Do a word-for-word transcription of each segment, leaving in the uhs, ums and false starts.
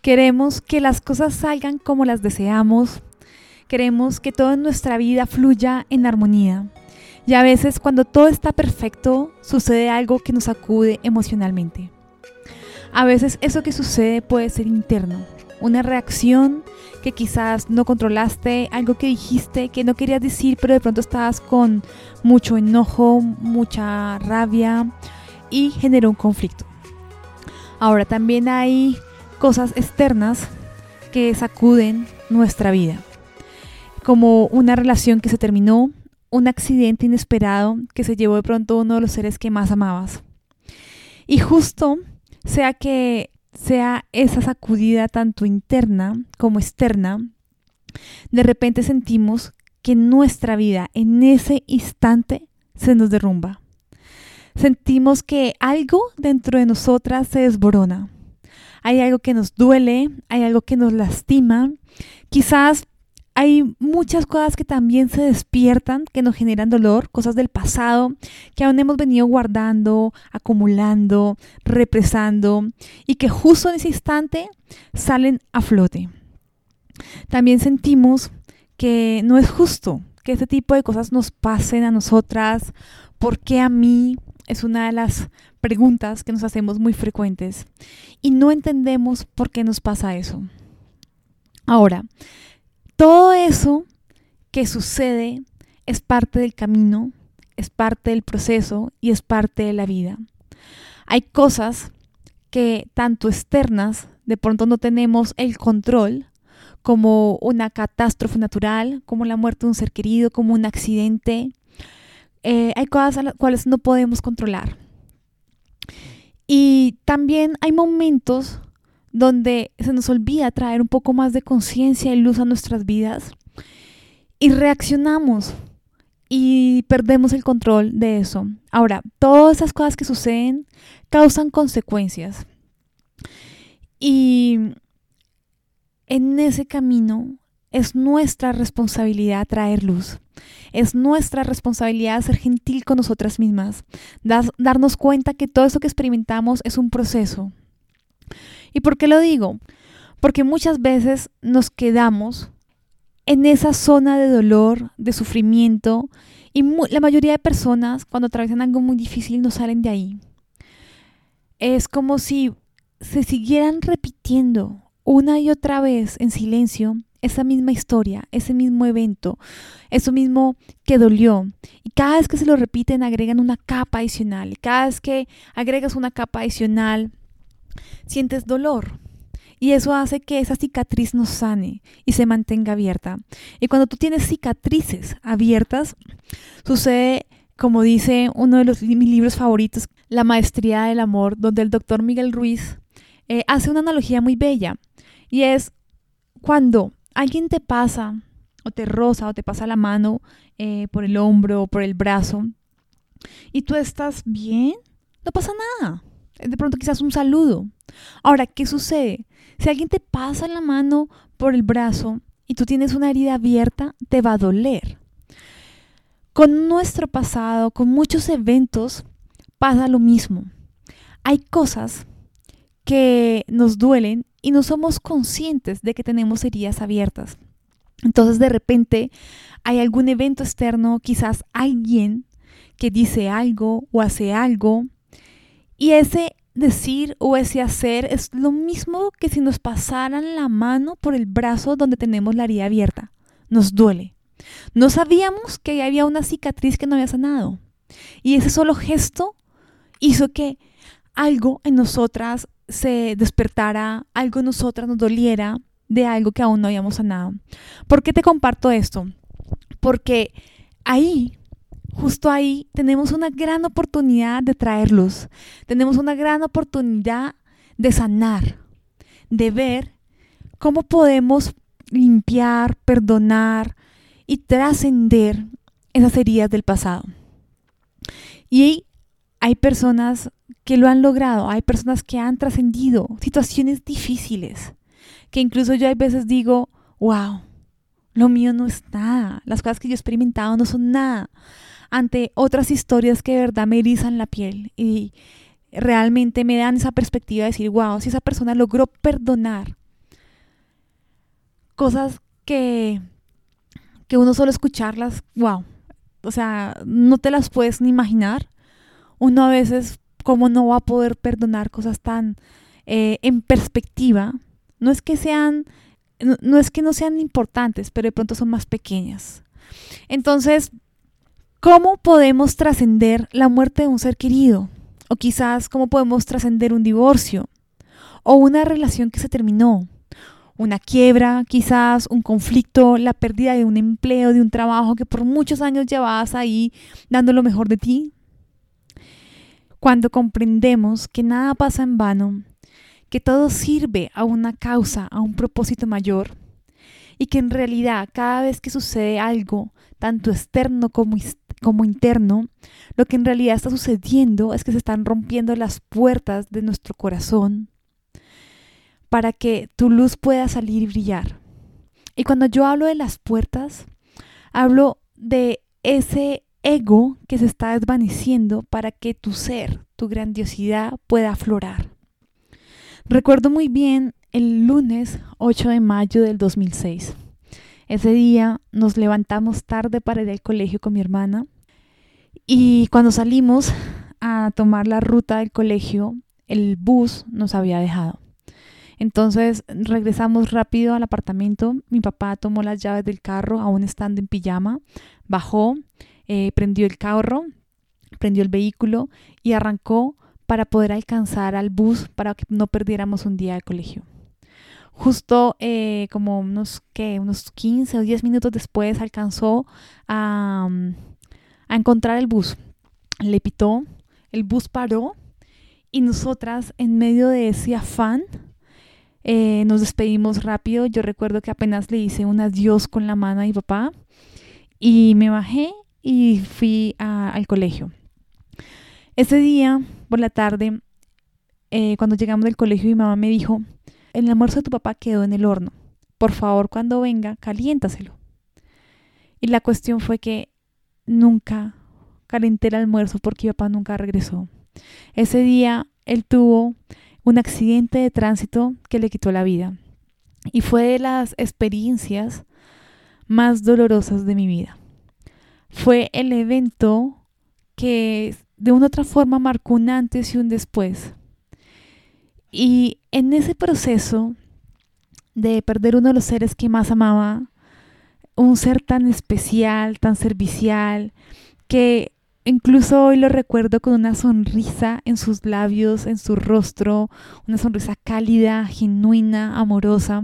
Queremos que las cosas salgan como las deseamos. Queremos que todo en nuestra vida fluya en armonía. Y a veces cuando todo está perfecto, sucede algo que nos sacude emocionalmente. A veces eso que sucede puede ser interno. Una reacción que quizás no controlaste, algo que dijiste que no querías decir, pero de pronto estabas con mucho enojo, mucha rabia y generó un conflicto. Ahora también hay cosas externas que sacuden nuestra vida, como una relación que se terminó, un accidente inesperado que se llevó de pronto uno de los seres que más amabas. Y justo sea que sea esa sacudida tanto interna como externa, de repente sentimos que nuestra vida en ese instante se nos derrumba. Sentimos que algo dentro de nosotras se desborona. Hay algo que nos duele, hay algo que nos lastima. Quizás hay muchas cosas que también se despiertan, que nos generan dolor, cosas del pasado que aún hemos venido guardando, acumulando, represando y que justo en ese instante salen a flote. También sentimos que no es justo que este tipo de cosas nos pasen a nosotras. ¿Por qué a mí? Es una de las preguntas que nos hacemos muy frecuentes y no entendemos por qué nos pasa eso. Ahora, todo eso que sucede es parte del camino, es parte del proceso y es parte de la vida. Hay cosas que tanto externas, de pronto no tenemos el control, como una catástrofe natural, como la muerte de un ser querido, como un accidente. Eh, hay cosas a las cuales no podemos controlar. Y también hay momentos donde se nos olvida traer un poco más de conciencia y luz a nuestras vidas y reaccionamos y perdemos el control de eso. Ahora, todas esas cosas que suceden causan consecuencias y en ese camino es nuestra responsabilidad traer luz. Es nuestra responsabilidad ser gentil con nosotras mismas, das, darnos cuenta que todo eso que experimentamos es un proceso. ¿Y por qué lo digo? Porque muchas veces nos quedamos en esa zona de dolor, de sufrimiento, y mu- la mayoría de personas cuando atraviesan algo muy difícil no salen de ahí. Es como si se siguieran repitiendo una y otra vez en silencio esa misma historia, ese mismo evento, eso mismo que dolió. Y cada vez que se lo repiten agregan una capa adicional. Y cada vez que agregas una capa adicional, sientes dolor. Y eso hace que esa cicatriz no sane y se mantenga abierta. Y cuando tú tienes cicatrices abiertas, sucede, como dice uno de los, mis libros favoritos, La Maestría del Amor, donde el doctor Miguel Ruiz eh, hace una analogía muy bella. Y es cuando alguien te pasa o te roza o te pasa la mano eh, por el hombro o por el brazo y tú estás bien, no pasa nada. De pronto quizás un saludo. Ahora, ¿qué sucede? Si alguien te pasa la mano por el brazo y tú tienes una herida abierta, te va a doler. Con nuestro pasado, con muchos eventos, pasa lo mismo. Hay cosas que nos duelen y no somos conscientes de que tenemos heridas abiertas. Entonces de repente hay algún evento externo, quizás alguien que dice algo o hace algo, y ese decir o ese hacer es lo mismo que si nos pasaran la mano por el brazo donde tenemos la herida abierta. Nos duele. No sabíamos que había una cicatriz que no había sanado. Y ese solo gesto hizo que algo en nosotras se despertara, algo en nosotras nos doliera de algo que aún no habíamos sanado. ¿Por qué te comparto esto? Porque ahí, justo ahí, tenemos una gran oportunidad de traer luz. Tenemos una gran oportunidad de sanar, de ver cómo podemos limpiar, perdonar y trascender esas heridas del pasado. Y hay personas que lo han logrado, hay personas que han trascendido situaciones difíciles, que incluso yo a veces digo, wow, lo mío no es nada, las cosas que yo he experimentado no son nada, ante otras historias que de verdad me erizan la piel y realmente me dan esa perspectiva de decir, wow, si esa persona logró perdonar cosas que, que uno solo escucharlas, wow, o sea, no te las puedes ni imaginar. Uno a veces, ¿cómo no va a poder perdonar cosas tan eh, en perspectiva? No es que sean, no, no es que no sean importantes, pero de pronto son más pequeñas. Entonces, ¿cómo podemos trascender la muerte de un ser querido? O quizás, ¿cómo podemos trascender un divorcio? O una relación que se terminó. Una quiebra, quizás un conflicto, la pérdida de un empleo, de un trabajo que por muchos años llevabas ahí dando lo mejor de ti. Cuando comprendemos que nada pasa en vano, que todo sirve a una causa, a un propósito mayor, y que en realidad cada vez que sucede algo, tanto externo como, como interno, lo que en realidad está sucediendo es que se están rompiendo las puertas de nuestro corazón para que tu luz pueda salir y brillar. Y cuando yo hablo de las puertas, hablo de ese ego que se está desvaneciendo para que tu ser, tu grandiosidad pueda aflorar. Recuerdo muy bien el lunes ocho de mayo del dos mil seis. Ese día nos levantamos tarde para ir al colegio con mi hermana y cuando salimos a tomar la ruta del colegio, el bus nos había dejado. Entonces regresamos rápido al apartamento. Mi papá tomó las llaves del carro, aún estando en pijama, bajó, eh, prendió el carro, prendió el vehículo y arrancó para poder alcanzar al bus para que no perdiéramos un día de colegio. Justo eh, como unos, ¿qué? unos quince o diez minutos después alcanzó a, a encontrar el bus. Le pitó, el bus paró y nosotras en medio de ese afán eh, nos despedimos rápido. Yo recuerdo que apenas le hice un adiós con la mano a mi papá y me bajé y fui a, al colegio. Ese día, por la tarde, eh, cuando llegamos del colegio, mi mamá me dijo: el almuerzo de tu papá quedó en el horno. Por favor, cuando venga, caliéntaselo. Y la cuestión fue que nunca calenté el almuerzo porque mi papá nunca regresó. Ese día él tuvo un accidente de tránsito que le quitó la vida. Y fue de las experiencias más dolorosas de mi vida. Fue el evento que de una u otra forma marcó un antes y un después. Y en ese proceso de perder uno de los seres que más amaba, un ser tan especial, tan servicial, que incluso hoy lo recuerdo con una sonrisa en sus labios, en su rostro, una sonrisa cálida, genuina, amorosa.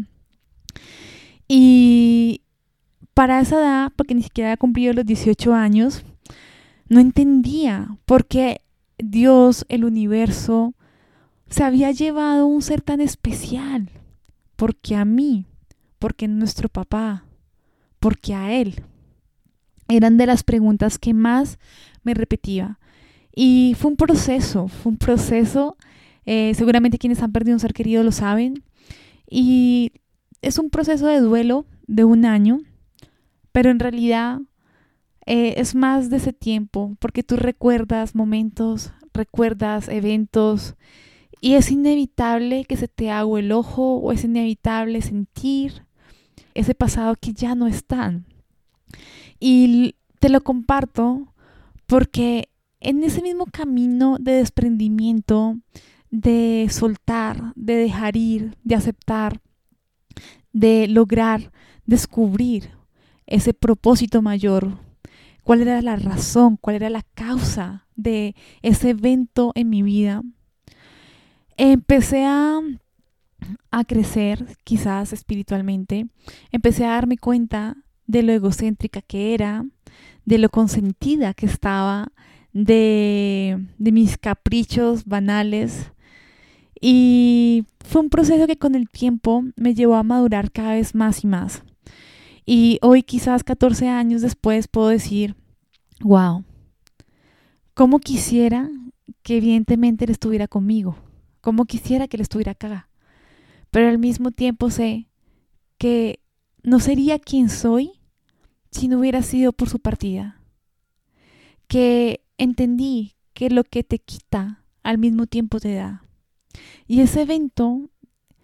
Y para esa edad, porque ni siquiera había cumplido los dieciocho años, no entendía por qué Dios, el universo, se había llevado un ser tan especial. ¿Por qué a mí? ¿Por qué a nuestro papá? ¿Por qué a él? Eran de las preguntas que más me repetía. Y fue un proceso, fue un proceso. Eh, seguramente quienes han perdido un ser querido lo saben. Y es un proceso de duelo de un año, pero en realidad eh, es más de ese tiempo, porque tú recuerdas momentos, recuerdas eventos, y es inevitable que se te agüe el ojo o es inevitable sentir ese pasado que ya no están. Y te lo comparto porque en ese mismo camino de desprendimiento, de soltar, de dejar ir, de aceptar, de lograr descubrir ese propósito mayor, cuál era la razón, cuál era la causa de ese evento en mi vida, empecé a, a crecer, quizás espiritualmente. Empecé a darme cuenta de lo egocéntrica que era, de lo consentida que estaba, de, de mis caprichos banales. Y fue un proceso que con el tiempo me llevó a madurar cada vez más y más. Y hoy, quizás catorce años después, puedo decir: wow, cómo quisiera que evidentemente él estuviera conmigo. Cómo quisiera que él estuviera acá. Pero al mismo tiempo sé que no sería quien soy si no hubiera sido por su partida. Que entendí que lo que te quita al mismo tiempo te da. Y ese evento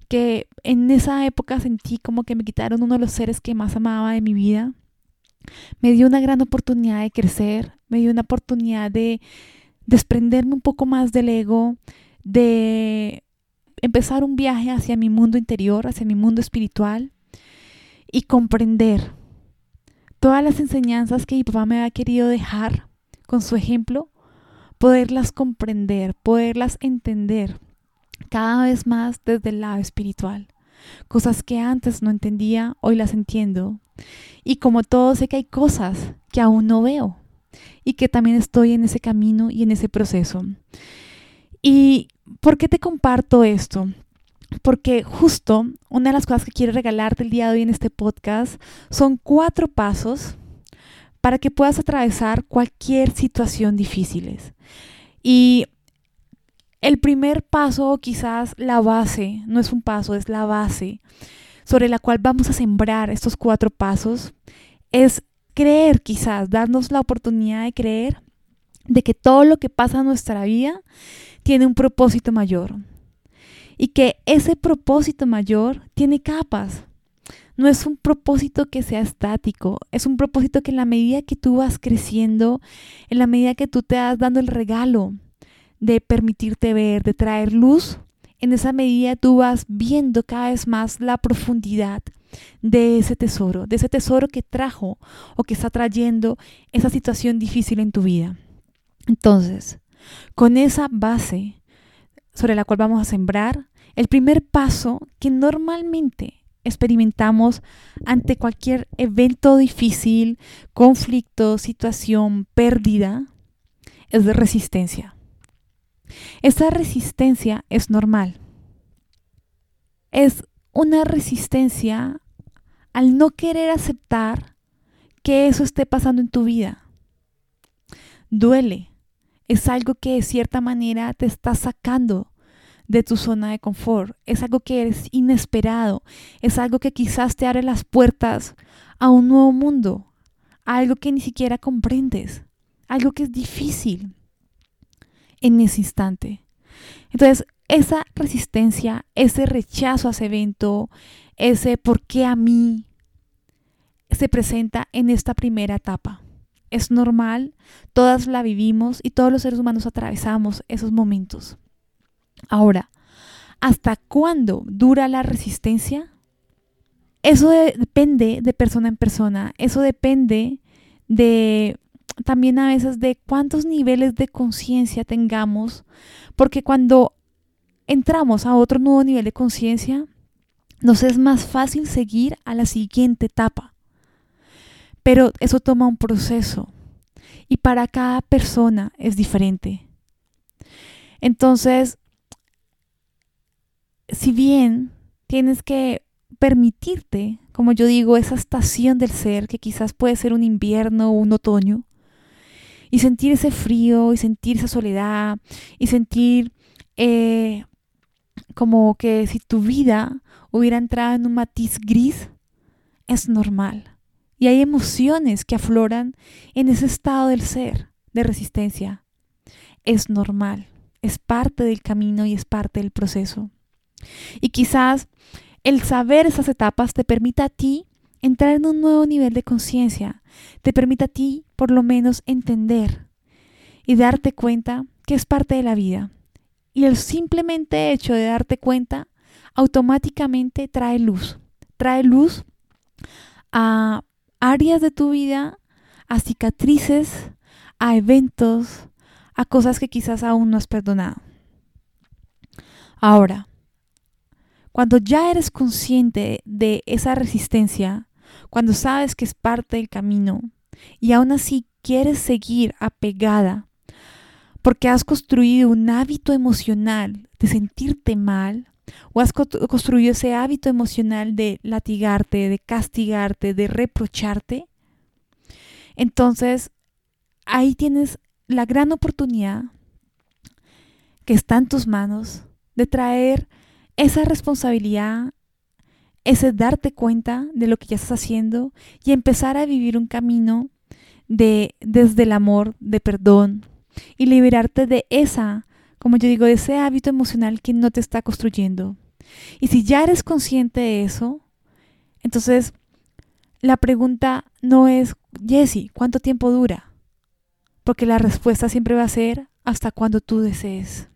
que en esa época sentí como que me quitaron uno de los seres que más amaba de mi vida. Me dio una gran oportunidad de crecer, me dio una oportunidad de desprenderme un poco más del ego, de empezar un viaje hacia mi mundo interior, hacia mi mundo espiritual y comprender todas las enseñanzas que mi papá me había querido dejar con su ejemplo, poderlas comprender, poderlas entender cada vez más desde el lado espiritual. Cosas que antes no entendía, hoy las entiendo. Y como todo, sé que hay cosas que aún no veo y que también estoy en ese camino y en ese proceso. ¿Y por qué te comparto esto? Porque justo una de las cosas que quiero regalarte el día de hoy en este podcast son cuatro pasos para que puedas atravesar cualquier situación difícil. Y el primer paso, o quizás la base, no es un paso, es la base sobre la cual vamos a sembrar estos cuatro pasos, es creer, quizás, darnos la oportunidad de creer de que todo lo que pasa en nuestra vida tiene un propósito mayor y que ese propósito mayor tiene capas. No es un propósito que sea estático, es un propósito que en la medida que tú vas creciendo, en la medida que tú te vas dando el regalo de permitirte ver, de traer luz, en esa medida tú vas viendo cada vez más la profundidad de ese tesoro, de ese tesoro que trajo o que está trayendo esa situación difícil en tu vida. Entonces, con esa base sobre la cual vamos a sembrar, el primer paso que normalmente experimentamos ante cualquier evento difícil, conflicto, situación, pérdida, es de resistencia. Esa resistencia es normal. Es una resistencia al no querer aceptar que eso esté pasando en tu vida. Duele. Es algo que de cierta manera te está sacando de tu zona de confort. Es algo que es inesperado. Es algo que quizás te abre las puertas a un nuevo mundo. A algo que ni siquiera comprendes. Algo que es difícil en ese instante. Entonces, esa resistencia, ese rechazo a ese evento, ese por qué a mí, se presenta en esta primera etapa. Es normal, todas la vivimos y todos los seres humanos atravesamos esos momentos. Ahora, ¿hasta cuándo dura la resistencia? Eso de, depende de persona en persona, eso depende de también a veces de cuántos niveles de conciencia tengamos, porque cuando entramos a otro nuevo nivel de conciencia, nos es más fácil seguir a la siguiente etapa. Pero eso toma un proceso y para cada persona es diferente. Entonces, si bien tienes que permitirte, como yo digo, esa estación del ser, que quizás puede ser un invierno o un otoño, y sentir ese frío, y sentir esa soledad, y sentir eh, como que si tu vida hubiera entrado en un matiz gris, es normal. Y hay emociones que afloran en ese estado del ser, de resistencia. Es normal, es parte del camino y es parte del proceso. Y quizás el saber esas etapas te permita a ti entrar en un nuevo nivel de conciencia, te permite a ti por lo menos entender y darte cuenta que es parte de la vida. Y el simplemente hecho de darte cuenta automáticamente trae luz, trae luz a áreas de tu vida, a cicatrices, a eventos, a cosas que quizás aún no has perdonado. Ahora, cuando ya eres consciente de esa resistencia, cuando sabes que es parte del camino y aún así quieres seguir apegada porque has construido un hábito emocional de sentirte mal o has co- construido ese hábito emocional de latigarte, de castigarte, de reprocharte, entonces ahí tienes la gran oportunidad que está en tus manos de traer esa responsabilidad, ese darte cuenta de lo que ya estás haciendo y empezar a vivir un camino de, desde el amor, de perdón y liberarte de esa, como yo digo, de ese hábito emocional que no te está construyendo. Y si ya eres consciente de eso, entonces la pregunta no es, Jessie, ¿cuánto tiempo dura? Porque la respuesta siempre va a ser hasta cuando tú desees.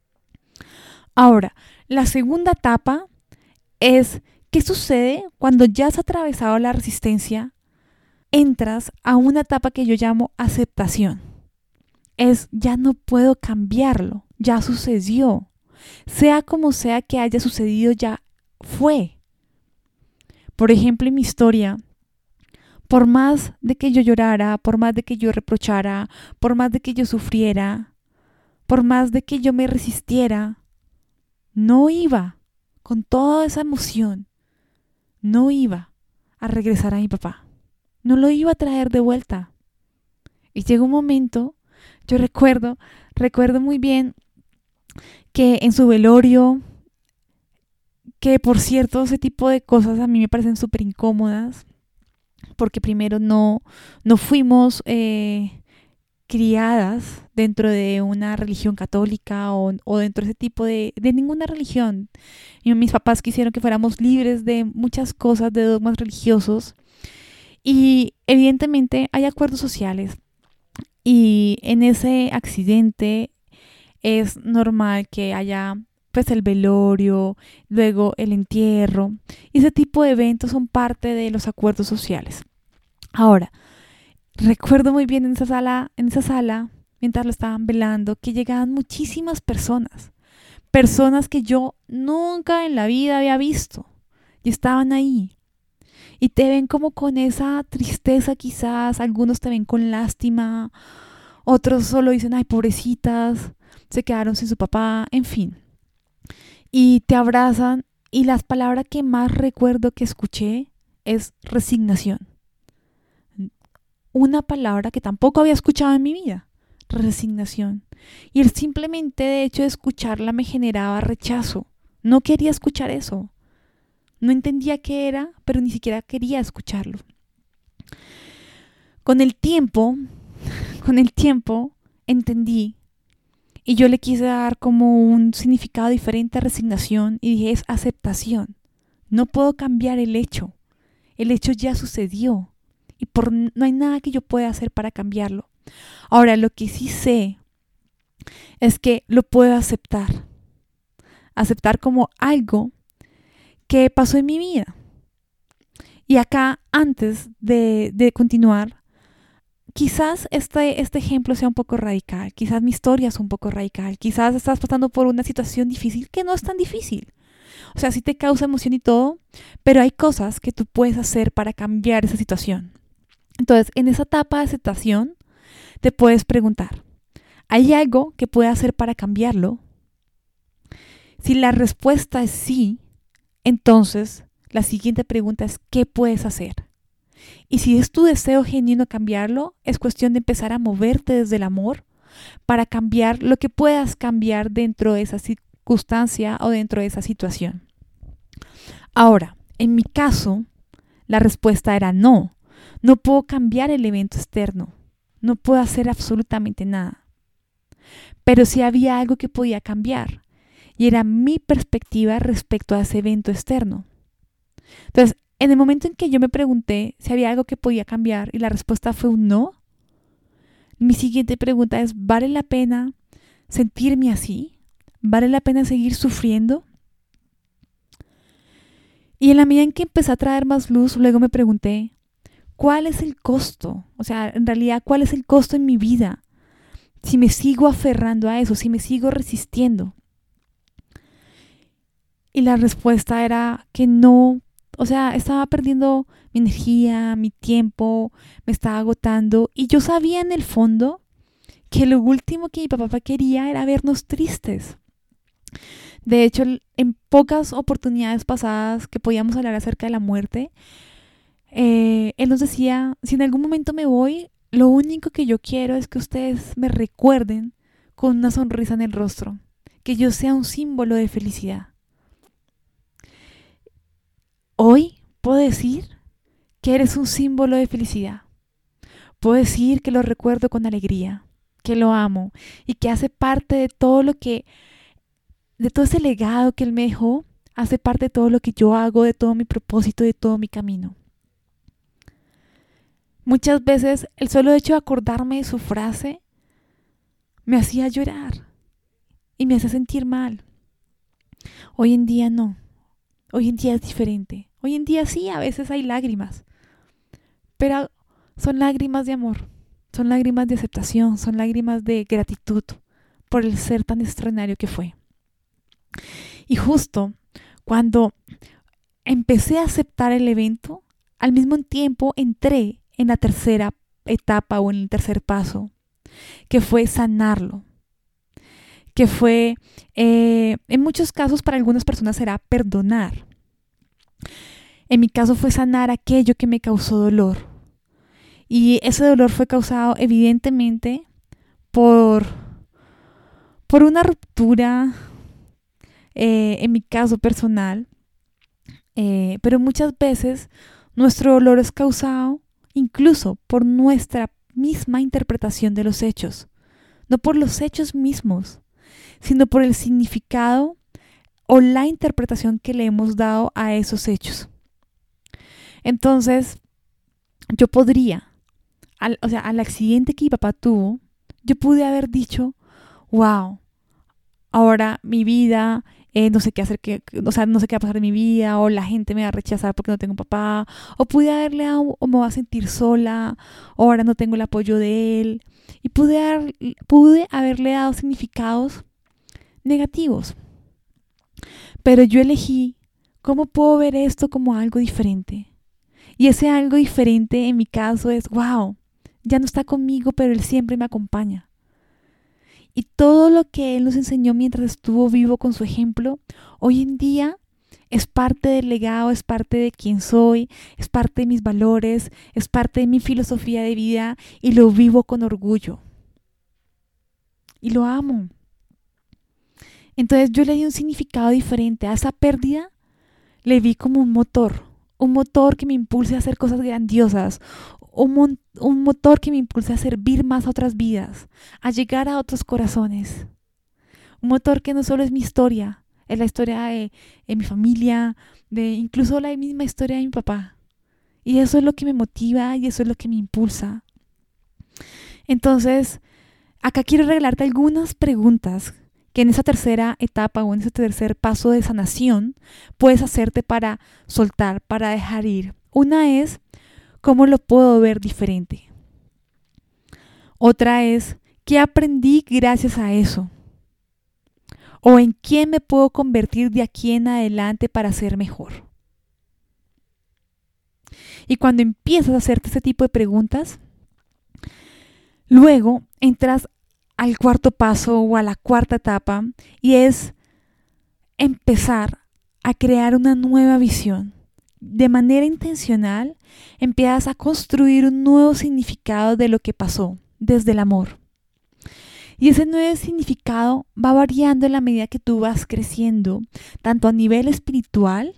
Ahora, la segunda etapa es, ¿qué sucede cuando ya has atravesado la resistencia? Entras a una etapa que yo llamo aceptación. Es, ya no puedo cambiarlo, ya sucedió. Sea como sea que haya sucedido, ya fue. Por ejemplo, en mi historia, por más de que yo llorara, por más de que yo reprochara, por más de que yo sufriera, por más de que yo me resistiera, no iba, con toda esa emoción, no iba a regresar a mi papá. No lo iba a traer de vuelta. Y llegó un momento, yo recuerdo, recuerdo muy bien que en su velorio, que por cierto ese tipo de cosas a mí me parecen súper incómodas, porque primero no, no fuimos eh, criadas dentro de una religión católica o, o dentro de ese tipo de, de ninguna religión. Y mis papás quisieron que fuéramos libres de muchas cosas, de dogmas religiosos. Y evidentemente hay acuerdos sociales. Y en ese accidente es normal que haya pues el velorio, luego el entierro. Y ese tipo de eventos son parte de los acuerdos sociales. Ahora, recuerdo muy bien en esa sala, en esa sala, mientras lo estaban velando, que llegaban muchísimas personas. Personas que yo nunca en la vida había visto. Y estaban ahí. Y te ven como con esa tristeza quizás, algunos te ven con lástima, otros solo dicen, ay, pobrecitas, se quedaron sin su papá, en fin. Y te abrazan y las palabras que más recuerdo que escuché es resignación. Una palabra que tampoco había escuchado en mi vida, resignación. Y el simplemente de hecho de escucharla me generaba rechazo. No quería escuchar eso. No entendía qué era, pero ni siquiera quería escucharlo. Con el tiempo, con el tiempo entendí y yo le quise dar como un significado diferente a resignación y dije es aceptación. No puedo cambiar el hecho. El hecho ya sucedió y por, no hay nada que yo pueda hacer para cambiarlo. Ahora, lo que sí sé es que lo puedo aceptar. Aceptar como algo que pasó en mi vida. Y acá, antes de, de continuar, quizás este, este ejemplo sea un poco radical, quizás mi historia es un poco radical, quizás estás pasando por una situación difícil que no es tan difícil. O sea, sí te causa emoción y todo, pero hay cosas que tú puedes hacer para cambiar esa situación. Entonces, en esa etapa de aceptación, te puedes preguntar, ¿hay algo que pueda hacer para cambiarlo? Si la respuesta es sí, entonces la siguiente pregunta es, ¿qué puedes hacer? Y si es tu deseo genuino cambiarlo, es cuestión de empezar a moverte desde el amor para cambiar lo que puedas cambiar dentro de esa circunstancia o dentro de esa situación. Ahora, en mi caso, la respuesta era no. No puedo cambiar el evento externo. No puedo hacer absolutamente nada. Pero sí había algo que podía cambiar. Y era mi perspectiva respecto a ese evento externo. Entonces, en el momento en que yo me pregunté si había algo que podía cambiar y la respuesta fue un no, mi siguiente pregunta es, ¿vale la pena sentirme así? ¿Vale la pena seguir sufriendo? Y en la medida en que empecé a traer más luz, luego me pregunté, ¿cuál es el costo? O sea, en realidad, ¿cuál es el costo en mi vida? Si me sigo aferrando a eso, si me sigo resistiendo. Y la respuesta era que no, o sea, estaba perdiendo mi energía, mi tiempo, me estaba agotando. Y yo sabía en el fondo que lo último que mi papá quería era vernos tristes. De hecho, en pocas oportunidades pasadas que podíamos hablar acerca de la muerte, eh, él nos decía, si en algún momento me voy, lo único que yo quiero es que ustedes me recuerden con una sonrisa en el rostro, que yo sea un símbolo de felicidad. Hoy puedo decir que eres un símbolo de felicidad. Puedo decir que lo recuerdo con alegría, que lo amo y que hace parte de todo lo que, de todo ese legado que él me dejó, hace parte de todo lo que yo hago, de todo mi propósito, de todo mi camino. Muchas veces el solo hecho de acordarme de su frase me hacía llorar y me hacía sentir mal. Hoy en día no. Hoy en día es diferente. Hoy en día sí, a veces hay lágrimas, pero son lágrimas de amor, son lágrimas de aceptación, son lágrimas de gratitud por el ser tan extraordinario que fue. Y justo cuando empecé a aceptar el evento, al mismo tiempo entré en la tercera etapa o en el tercer paso, que fue sanarlo, que fue, eh, en muchos casos para algunas personas será perdonar. En mi caso fue sanar aquello que me causó dolor. Y ese dolor fue causado evidentemente por, por una ruptura, eh, en mi caso personal, eh, pero muchas veces nuestro dolor es causado incluso por nuestra misma interpretación de los hechos, no por los hechos mismos, sino por el significado o la interpretación que le hemos dado a esos hechos. Entonces, yo podría, al, o sea, al accidente que mi papá tuvo, yo pude haber dicho, wow, ahora mi vida, eh, no sé qué hacer, que, o sea, no sé qué va a pasar en mi vida, o la gente me va a rechazar porque no tengo papá, o pude haberle dado, o me voy a sentir sola, o ahora no tengo el apoyo de él, y pude, dar, pude haberle dado significados negativos. Pero yo elegí cómo puedo ver esto como algo diferente. Y ese algo diferente en mi caso es, wow, ya no está conmigo, pero él siempre me acompaña. Y todo lo que él nos enseñó mientras estuvo vivo con su ejemplo, hoy en día es parte del legado, es parte de quién soy, es parte de mis valores, es parte de mi filosofía de vida y lo vivo con orgullo. Y lo amo. Entonces yo le di un significado diferente a esa pérdida, le vi como un motor, un motor que me impulse a hacer cosas grandiosas, un, mon- un motor que me impulse a servir más a otras vidas, a llegar a otros corazones. Un motor que no solo es mi historia, es la historia de, de mi familia, de incluso la misma historia de mi papá. Y eso es lo que me motiva y eso es lo que me impulsa. Entonces, acá quiero regalarte algunas preguntas que en esa tercera etapa o en ese tercer paso de sanación puedes hacerte para soltar, para dejar ir. Una es, ¿cómo lo puedo ver diferente? Otra es, ¿qué aprendí gracias a eso? ¿O en quién me puedo convertir de aquí en adelante para ser mejor? Y cuando empiezas a hacerte ese tipo de preguntas, luego entras al cuarto paso o a la cuarta etapa y es empezar a crear una nueva visión. De manera intencional empiezas a construir un nuevo significado de lo que pasó desde el amor. Y ese nuevo significado va variando en la medida que tú vas creciendo, tanto a nivel espiritual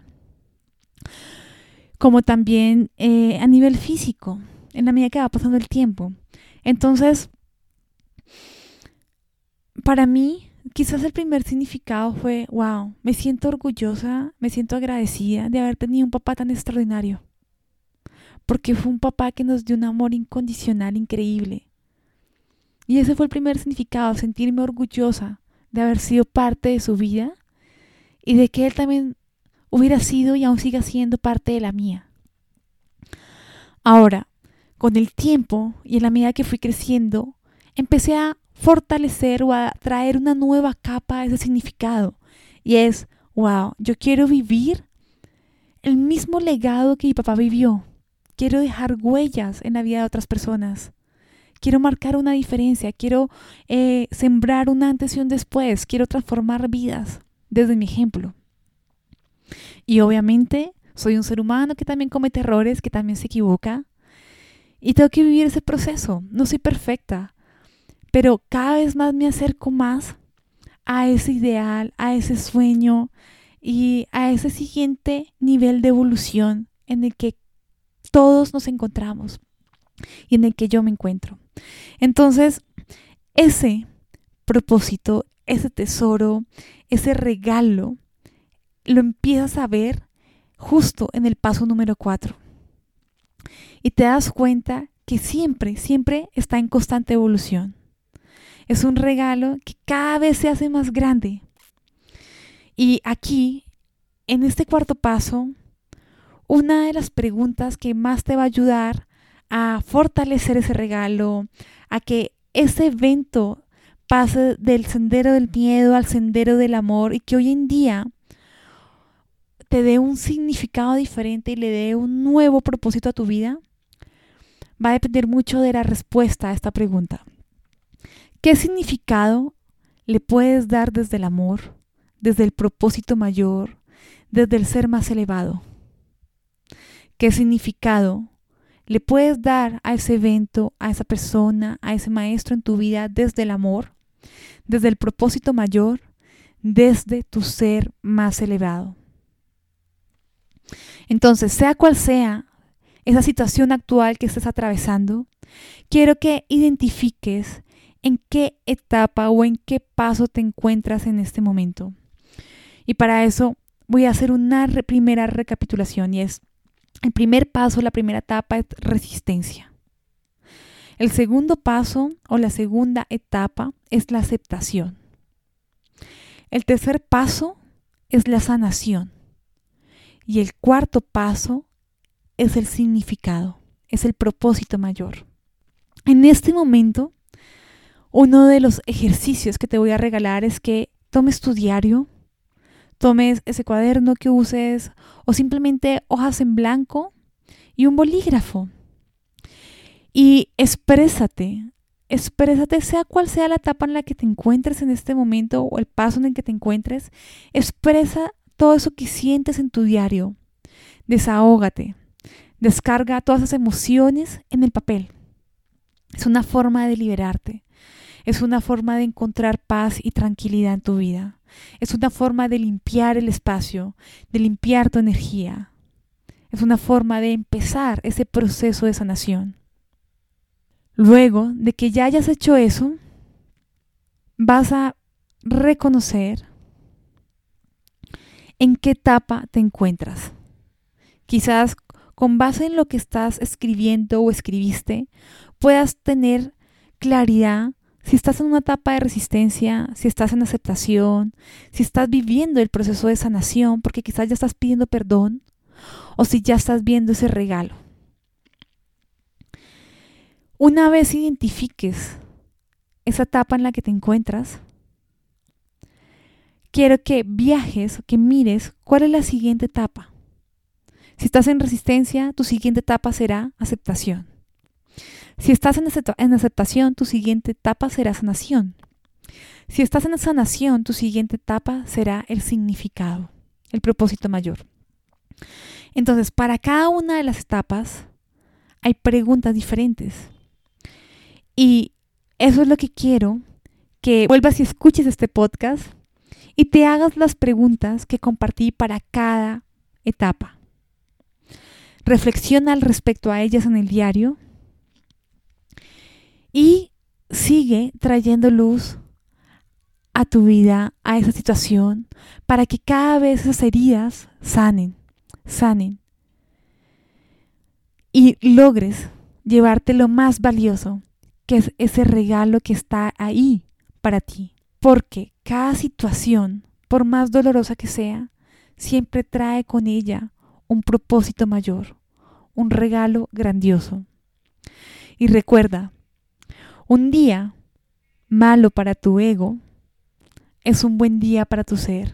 como también eh, a nivel físico, en la medida que va pasando el tiempo. Entonces, para mí, quizás el primer significado fue, wow, me siento orgullosa, me siento agradecida de haber tenido un papá tan extraordinario. Porque fue un papá que nos dio un amor incondicional increíble. Y ese fue el primer significado, sentirme orgullosa de haber sido parte de su vida y de que él también hubiera sido y aún siga siendo parte de la mía. Ahora, con el tiempo y en la medida que fui creciendo, empecé a fortalecer o a traer una nueva capa a ese significado. Y es, wow, yo quiero vivir el mismo legado que mi papá vivió. Quiero dejar huellas en la vida de otras personas. Quiero marcar una diferencia. Quiero eh, sembrar un antes y un después. Quiero transformar vidas desde mi ejemplo. Y obviamente soy un ser humano que también comete errores, que también se equivoca. Y tengo que vivir ese proceso. No soy perfecta. Pero cada vez más me acerco más a ese ideal, a ese sueño y a ese siguiente nivel de evolución en el que todos nos encontramos y en el que yo me encuentro. Entonces, ese propósito, ese tesoro, ese regalo, lo empiezas a ver justo en el paso número cuatro. Y te das cuenta que siempre, siempre está en constante evolución. Es un regalo que cada vez se hace más grande. Y aquí, en este cuarto paso, una de las preguntas que más te va a ayudar a fortalecer ese regalo, a que ese evento pase del sendero del miedo al sendero del amor y que hoy en día te dé un significado diferente y le dé un nuevo propósito a tu vida, va a depender mucho de la respuesta a esta pregunta. ¿Qué significado le puedes dar desde el amor, desde el propósito mayor, desde el ser más elevado? ¿Qué significado le puedes dar a ese evento, a esa persona, a ese maestro en tu vida desde el amor, desde el propósito mayor, desde tu ser más elevado? Entonces, sea cual sea esa situación actual que estés atravesando, quiero que identifiques en qué etapa o en qué paso te encuentras en este momento. Y para eso voy a hacer una re- primera recapitulación y es, el primer paso, la primera etapa es resistencia. El segundo paso o la segunda etapa es la aceptación. El tercer paso es la sanación. Y el cuarto paso es el significado, es el propósito mayor. En este momento, uno de los ejercicios que te voy a regalar es que tomes tu diario, tomes ese cuaderno que uses o simplemente hojas en blanco y un bolígrafo. Y exprésate, exprésate sea cual sea la etapa en la que te encuentres en este momento o el paso en el que te encuentres, expresa todo eso que sientes en tu diario. Desahógate, descarga todas esas emociones en el papel. Es una forma de liberarte. Es una forma de encontrar paz y tranquilidad en tu vida. Es una forma de limpiar el espacio, de limpiar tu energía. Es una forma de empezar ese proceso de sanación. Luego de que ya hayas hecho eso, vas a reconocer en qué etapa te encuentras. Quizás con base en lo que estás escribiendo o escribiste, puedas tener claridad si estás en una etapa de resistencia, si estás en aceptación, si estás viviendo el proceso de sanación, porque quizás ya estás pidiendo perdón, o si ya estás viendo ese regalo. Una vez identifiques esa etapa en la que te encuentras, quiero que viajes, que mires cuál es la siguiente etapa. Si estás en resistencia, tu siguiente etapa será aceptación. Si estás en, acept- en aceptación, tu siguiente etapa será sanación. Si estás en sanación, tu siguiente etapa será el significado, el propósito mayor. Entonces, para cada una de las etapas hay preguntas diferentes. Y eso es lo que quiero, que vuelvas y escuches este podcast y te hagas las preguntas que compartí para cada etapa. Reflexiona al respecto a ellas en el diario y sigue trayendo luz a tu vida, a esa situación, para que cada vez esas heridas sanen, sanen y logres llevarte lo más valioso, que es ese regalo que está ahí para ti. Porque cada situación, por más dolorosa que sea, siempre trae con ella un propósito mayor, un regalo grandioso. Y recuerda, un día malo para tu ego es un buen día para tu ser.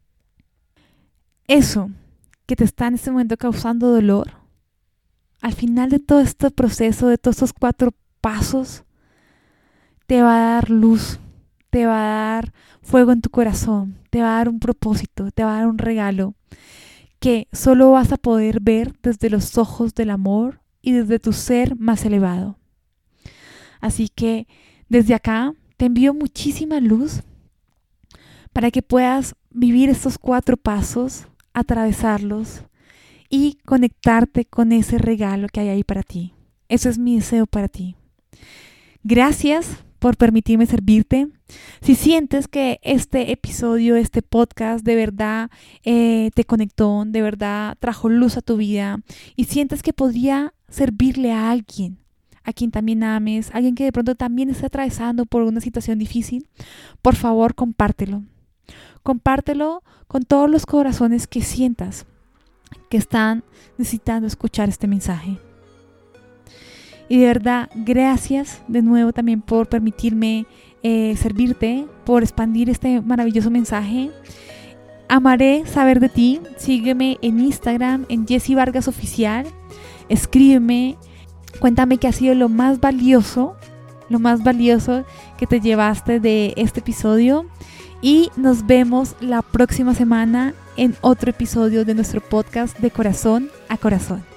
Eso que te está en este momento causando dolor, al final de todo este proceso, de todos estos cuatro pasos, te va a dar luz, te va a dar fuego en tu corazón, te va a dar un propósito, te va a dar un regalo que solo vas a poder ver desde los ojos del amor y desde tu ser más elevado. Así que desde acá te envío muchísima luz para que puedas vivir estos cuatro pasos, atravesarlos y conectarte con ese regalo que hay ahí para ti. Eso es mi deseo para ti. Gracias por permitirme servirte. Si sientes que este episodio, este podcast de verdad eh, te conectó, de verdad trajo luz a tu vida y sientes que podría servirle a alguien, a quien también ames, alguien que de pronto también esté atravesando por una situación difícil, por favor compártelo. Compártelo con todos los corazones que sientas que están necesitando escuchar este mensaje. Y de verdad, gracias de nuevo también por permitirme eh, servirte, por expandir este maravilloso mensaje. Amaré saber de ti. Sígueme en Instagram, en Jessie Vargas Oficial. Escríbeme, cuéntame qué ha sido lo más valioso, lo más valioso que te llevaste de este episodio. Y nos vemos la próxima semana en otro episodio de nuestro podcast de Corazón a Corazón.